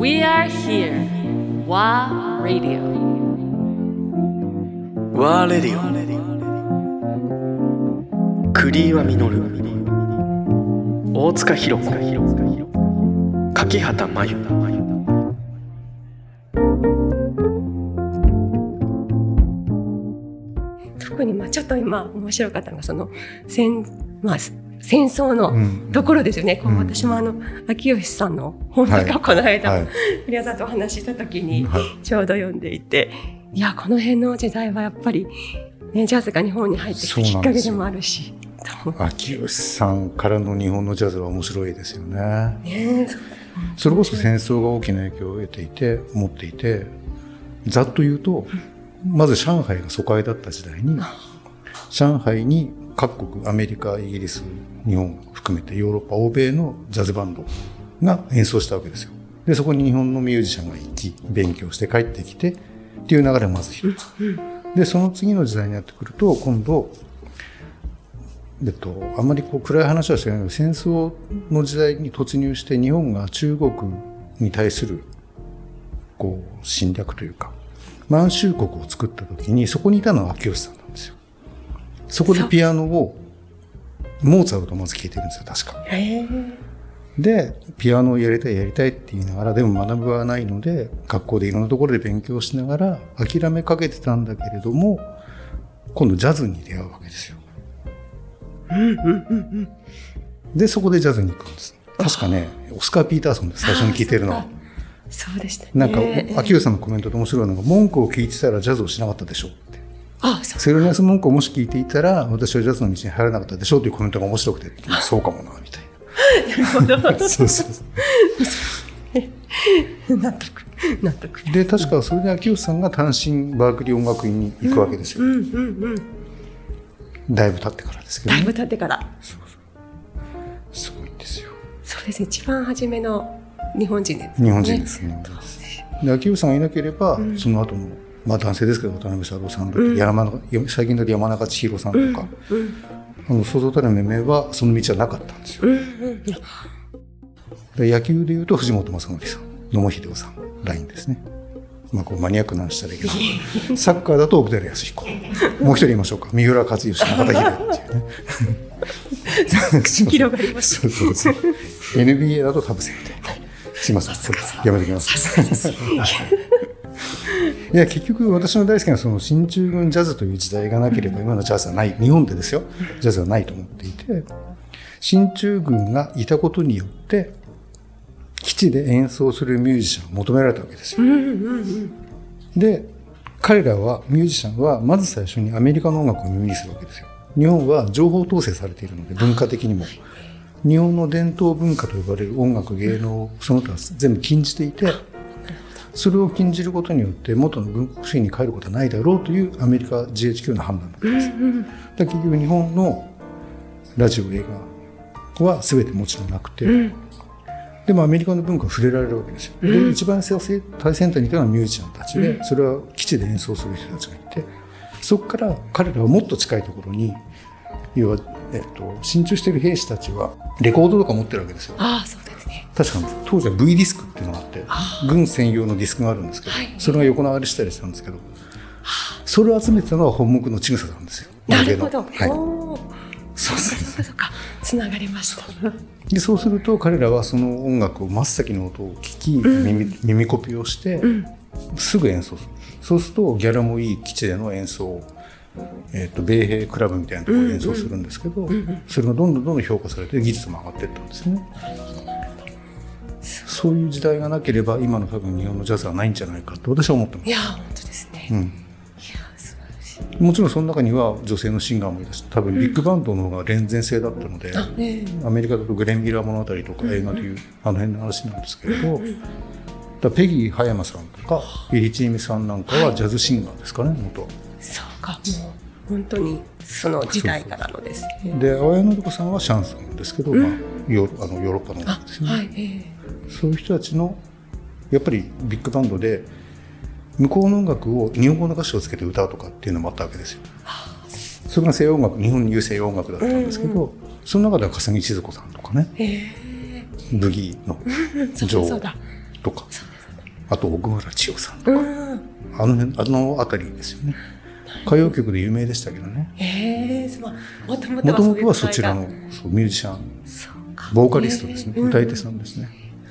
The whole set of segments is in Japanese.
We are here. WA Radio. WA Radio。栗岩実、大塚弘子、柿畑真由。 特にちょっと今面白かったのがその戦争のところですよね。私も秋吉さんの本とかこの間、古谷さんとお話しした時にちょうど読んでいて、いやこの辺の時代はやっぱり、ね、ジャズが日本に入ってきたきっかけでもあるし、 秋吉さんからの日本のジャズは面白いですよね。それこそ戦争が大きな影響を持っていて、ざっと言うと、まず上海が疎開だった時代に、上海に各国アメリカ、イギリス、日本含めてヨーロッパ、欧米のジャズバンドが演奏したわけですよ。でそこに日本のミュージシャンが行き勉強して帰ってきてっていう流れがまず一つで、その次の時代になってくると今度、あんまり暗い話はしてないけど、戦争の時代に突入して日本が中国に対する侵略というか満州国を作った時に、そこにいたのは秋吉さんなんですよ。そこでピアノをモーツァルトをまず聴いてるんですよ、確か。でピアノをやりたいって言いながら、でも学ぶはないので学校でいろんなところで勉強しながら諦めかけてたんだけれども、今度ジャズに出会うわけですよ。でそこでジャズに行くんです。確かね、オスカー・ピーターソンで最初に聴いてるのは。 そうでしたね。 なんか秋吉さんのコメントで面白いのが、文句を聞いてたらジャズをしなかったでしょって。セロニアス文句をもし聞いていたら私はジャズの道に入らなかったでしょうというコメントが面白くて、そうかもなみたいな。なるほど。そう納得。 で確かそれで秋吉さんが単身バークリー音楽院に行くわけですよ。だいぶ経ってからですけど、ね、 だいぶ経ってから。 すごいんですよ。 そうですね、一番初めの日本人ですね。 日本人ですね。で秋吉さんがいなければ、その後の男性ですけど渡辺貞夫さんとか、最近だと山中千尋さんとか、そうそうたる命名はその道はなかったんですよ。で野球でいうと藤本正則さん、野茂英雄さんラインですね。マニアックな話したらいいけどサッカーだと奥寺康彦、もう一人いましょうか、三浦知良、中田秀っていうね広がります。 そう NBA だと田臥みたいな。すいません、やめてきます。いや結局私の大好きなその進駐軍ジャズという時代がなければ今のジャズはない、日本でですよ、ジャズはないと思っていて、進駐軍がいたことによって基地で演奏するミュージシャンを求められたわけですよ。で彼らはミュージシャンはまず最初にアメリカの音楽を耳にするわけですよ。日本は情報統制されているので、文化的にも日本の伝統文化と呼ばれる音楽、芸能、その他全部禁じていて、それを禁じることによって元の軍国主義に帰ることはないだろうというアメリカ GHQ の判断だったんです。だ結局日本のラジオ、映画は全てもちろんなくて、でもアメリカの文化は触れられるわけですよ。で一番最先端にいたのはミュージシャンたちで、それは基地で演奏する人たちがいて、そこから彼らはもっと近いところに、要は、進駐している兵士たちはレコードとか持ってるわけですよ。 そうですね。 確かに当時は V ディスクっていうのがあって、軍専用のディスクがあるんですけど、それが横流れしたりしたんですけど、それを集めてたのは本目の千草さんですよ。 なるほど。 そうかつながりました。 でそうすると彼らはその音楽を真っ先の音を聞き、耳コピーをして、すぐ演奏する。そうするとギャラもいい基地での演奏を、米兵クラブみたいなところで演奏するんですけど、それがどんどん評価されて技術も上がっていったんですよね。そういう時代がなければ今の多分日本のジャズはないんじゃないかと私は思ってます。 いや本当ですね。 もちろんその中には女性のシンガーもいらっしゃる。多分ビッグバンドの方が連全性だったので、アメリカだとグレン・ミラー物語とか映画というあの辺の話なんですけれど、ペギー葉山さんとかエリチーミさんなんかはジャズシンガーですかね、元は。 そうか、もう本当にその時代からのですね。 で青谷の子さんはシャンソンですけど、ヨーロッパの音楽ですね。そういう人たちのやっぱりビッグバンドで向こうの音楽を日本語の歌詞をつけて歌うとかっていうのもあったわけですよ。それが西洋音楽、日本にいう西洋音楽だったんですけど、その中では笠木千鶴子さんとかね、ブギーの女王とか、 あと奥村千代さんとか、 うん、 あの辺りですよね。歌謡曲で有名でしたけどね。 もともとはそちらのミュージシャン、ボーカリストですね、歌い手さんですね。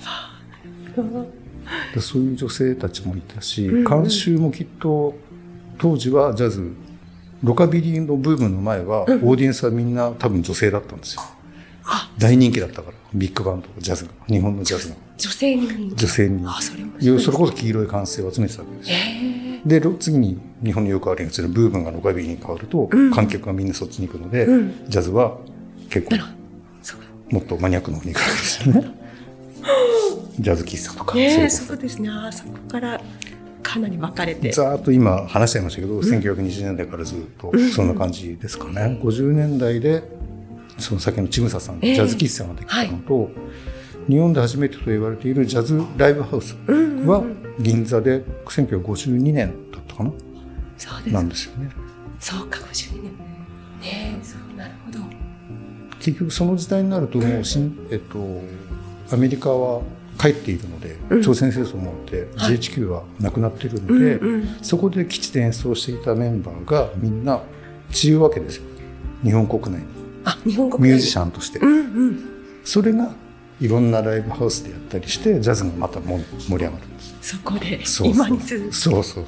そういう女性たちもいたし、監修もきっと当時はジャズ、ロカビリーのブームの前は、オーディエンスはみんな多分女性だったんですよ。大人気だったから、ビッグバンドジャズが、日本のジャズが女性にそれこそ黄色い歓声を集めてたわけです。で次に日本によくあるやつでブームがロカビリーに変わると、観客がみんなそっちに行くので、ジャズは結構もっとマニアックな方に行くわけですよね。ジャズ喫茶とか、 そうですね。そこからかなり分かれてざーっと今話しちゃいましたけど、1920年代からずっとそんな感じですかね。50年代でその先のちぐささん、ジャズ喫茶ができたのと、日本で初めてと言われているジャズライブハウスは銀座で1952年だったかな、なんですよね。 そうか、52年そうなるほど。 結局その時代になるともうアメリカは帰っているので、朝鮮戦争もあって GHQ はなくなっているので、そこで基地で演奏していたメンバーがみんな散るわけですよ、日本国内に。ミュージシャンとして、それがいろんなライブハウスでやったりしてジャズがまた盛り上がるんです。 そこで今に続く。 そうなんです。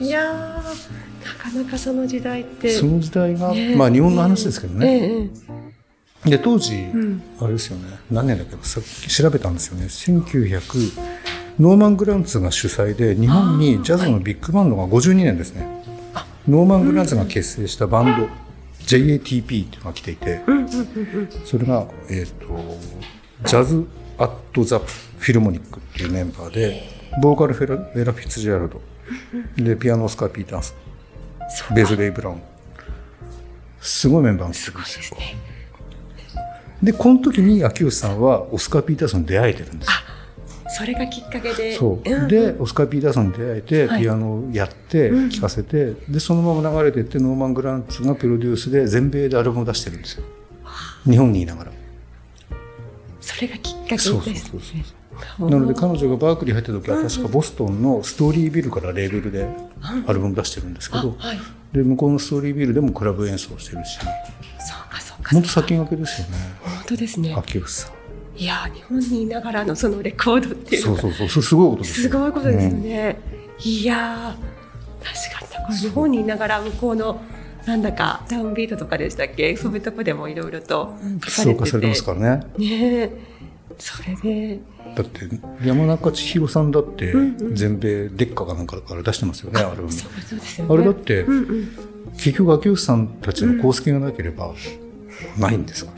いやなかなかその時代ってその時代が、まあ日本の話ですけどね、で当時、あれですよね、何年だっけ、さっき調べたんですよね。1900ノーマン・グランツが主催で日本にジャズのビッグバンドが52年ですね。ノーマン・グランツが結成したバンド、JATP っていうのが来ていて、それが、ジャズ・アット・ザ・フィルモニックっていうメンバーで、ボーカルフェラ・フィッツジェラルドでピアノオスカー・ピーターソン、ベースレイ・ブラウン、すごいメンバーが来てるんですよ。でこの時に秋吉さんはオスカー・ピーターソンに出会えてるんですよ。 それがきっかけで。 でオスカー・ピーターソンに出会えて、ピアノをやって聴かせて、でそのまま流れていってノーマン・グランツがプロデュースで全米でアルバムを出してるんですよ、日本にいながら。 それがきっかけですね。 なので彼女がバークリー入った時は確かボストンのストーリービルからレーベルでアルバム出してるんですけど、で向こうのストーリービルでもクラブ演奏してるし、本当先駆けですよね。 本当ですね。 秋吉さん、 いや日本にいながらのそのレコードっていうのがそうすごいことですよ。 すごいことですよね、いや確かに日本にいながら向こうのなんだかダウンビートとかでしたっけ、そういうとこでもいろいろと紹介されてますからね。 それでだって山中千尋さんだって全米デッカかなんかから出してますよね、アルバム。 そうですよね。 あれだって、結局秋吉さんたちの功績がなければないんですから、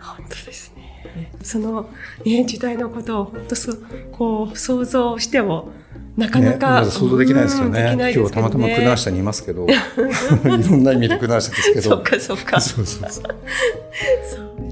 本当ですね。その、時代のことを本当こう想像してもなかなか、 想像できないですよね。今日はたまたまクナーシャにいますけどいろんな意味でクナーシャですけどそうかそう